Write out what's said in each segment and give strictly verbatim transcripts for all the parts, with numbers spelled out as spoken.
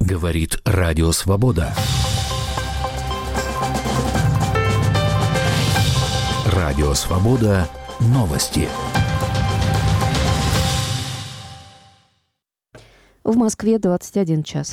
Говорит Радио Свобода. Радио Свобода. Новости. В Москве двадцать один час.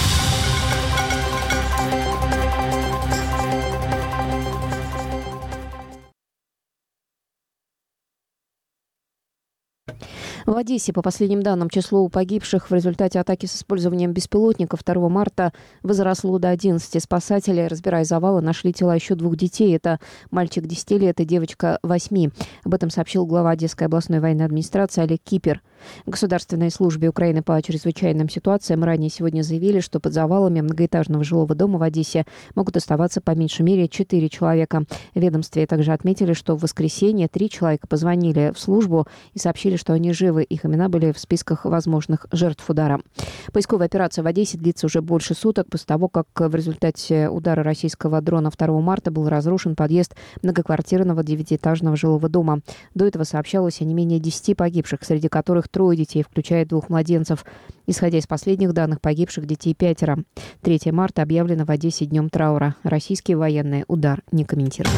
В Одессе, по последним данным, число погибших в результате атаки с использованием беспилотников второго марта возросло до одиннадцати. Спасатели, разбирая завалы, нашли тела еще двух детей. Это мальчик десяти лет и девочка восьми. Об этом сообщил глава Одесской областной военной администрации Олег Кипер. В Государственной службе Украины по чрезвычайным ситуациям ранее сегодня заявили, что под завалами многоэтажного жилого дома в Одессе могут оставаться по меньшей мере четыре человека. В ведомстве также отметили, что в воскресенье три человека позвонили в службу и сообщили, что они живы. Их имена были в списках возможных жертв удара. Поисковая операция в Одессе длится уже больше суток после того, как в результате удара российского дрона второго марта был разрушен подъезд многоквартирного девятиэтажного жилого дома. До этого сообщалось о не менее десяти погибших, среди которых трое детей, включая двух младенцев. Исходя из последних данных, погибших детей пятеро. третьего марта объявлено в Одессе днем траура. Российские военные удар не комментируют.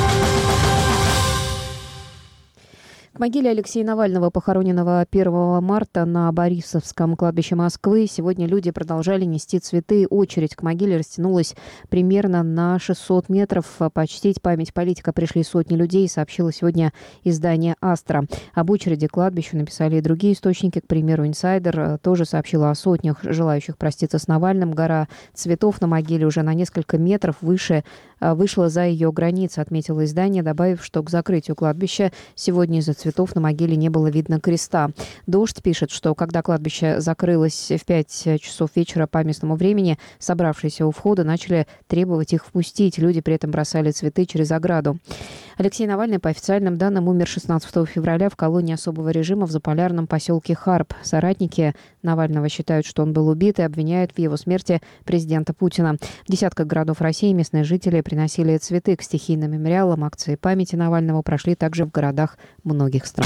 К могиле Алексея Навального, похороненного первого марта на Борисовском кладбище Москвы, сегодня люди продолжали нести цветы. Очередь к могиле растянулась примерно на шестьсот метров. Почтить память политика пришли сотни людей, сообщило сегодня издание «Астра». Об очереди к кладбищу написали и другие источники. К примеру, «Инсайдер» тоже сообщила о сотнях желающих проститься с Навальным. Гора цветов на могиле уже на несколько метров выше вышла за ее границы, отметило издание, добавив, что к закрытию кладбища сегодня из-за цветов на могиле не было видно креста. «Дождь» пишет, что когда кладбище закрылось в пять часов вечера по местному времени, собравшиеся у входа начали требовать их впустить. Люди при этом бросали цветы через ограду. Алексей Навальный, по официальным данным, умер шестнадцатого февраля в колонии особого режима в заполярном поселке Харп. Соратники Навального считают, что он был убит, и обвиняют в его смерти президента Путина. В десятках городов России местные жители приносили цветы к стихийным мемориалам. Акции памяти Навального прошли также в городах многих стран.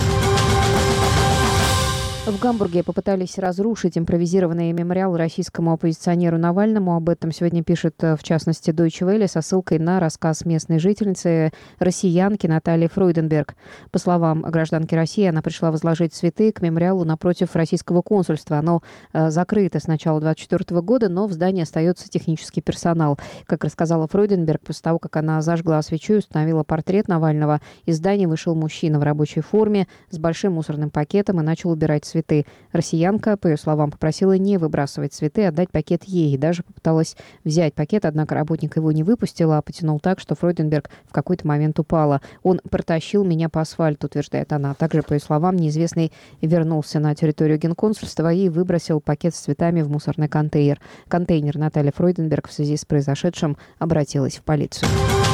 В Гамбурге попытались разрушить импровизированный мемориал российскому оппозиционеру Навальному. Об этом сегодня пишет, в частности, Deutsche Welle со ссылкой на рассказ местной жительницы, россиянки Натальи Фройденберг. По словам гражданки России, она пришла возложить цветы к мемориалу напротив российского консульства. Оно э, закрыто с начала двадцать четвёртого года, но в здании остается технический персонал. Как рассказала Фройденберг, после того, как она зажгла свечу и установила портрет Навального, из здания вышел мужчина в рабочей форме с большим мусорным пакетом и начал убирать цветы. Цветы. Россиянка, по ее словам, попросила не выбрасывать цветы, а отдать пакет ей. И даже попыталась взять пакет, однако работник его не выпустил, а потянул так, что Фройденберг в какой-то момент упала. «Он протащил меня по асфальту», утверждает она. Также, по ее словам, неизвестный вернулся на территорию генконсульства и выбросил пакет с цветами в мусорный контейнер. Контейнер Наталья Фройденберг в связи с произошедшим обратилась в полицию.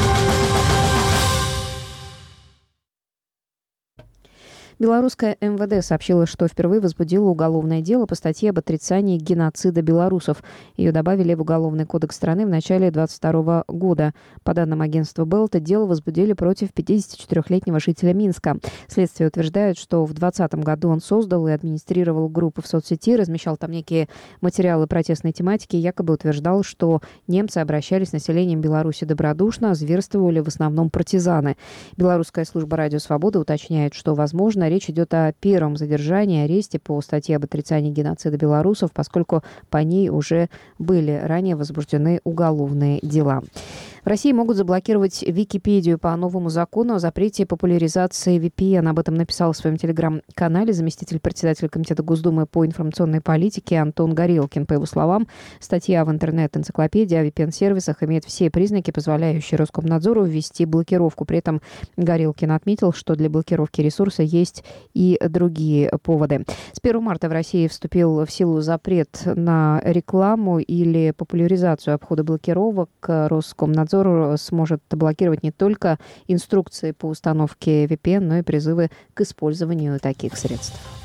Белорусская эм вэ дэ сообщила, что впервые возбудила уголовное дело по статье об отрицании геноцида белорусов. Ее добавили в Уголовный кодекс страны в начале двадцать второго года. По данным агентства Белта, дело возбудили против пятидесятичетырёхлетнего жителя Минска. Следствие утверждает, что в двадцатом году он создал и администрировал группы в соцсети, размещал там некие материалы протестной тематики и якобы утверждал, что немцы обращались с населением Беларуси добродушно, а зверствовали в основном партизаны. Белорусская служба «Радио Свобода» уточняет, что, возможно, речь идет о первом задержании и аресте по статье об отрицании геноцида белорусов, поскольку по ней уже были ранее возбуждены уголовные дела. В России могут заблокировать Википедию по новому закону о запрете популяризации ви пи эн. Об этом написал в своем телеграм-канале заместитель председателя Комитета Госдумы по информационной политике Антон Горелкин. По его словам, статья в интернет-энциклопедии о ви пи эн-сервисах имеет все признаки, позволяющие Роскомнадзору ввести блокировку. При этом Горелкин отметил, что для блокировки ресурса есть и другие поводы. С первого марта в России вступил в силу запрет на рекламу или популяризацию обхода блокировок. Роскомнадзор сможет блокировать не только инструкции по установке ви пи эн, но и призывы к использованию таких средств.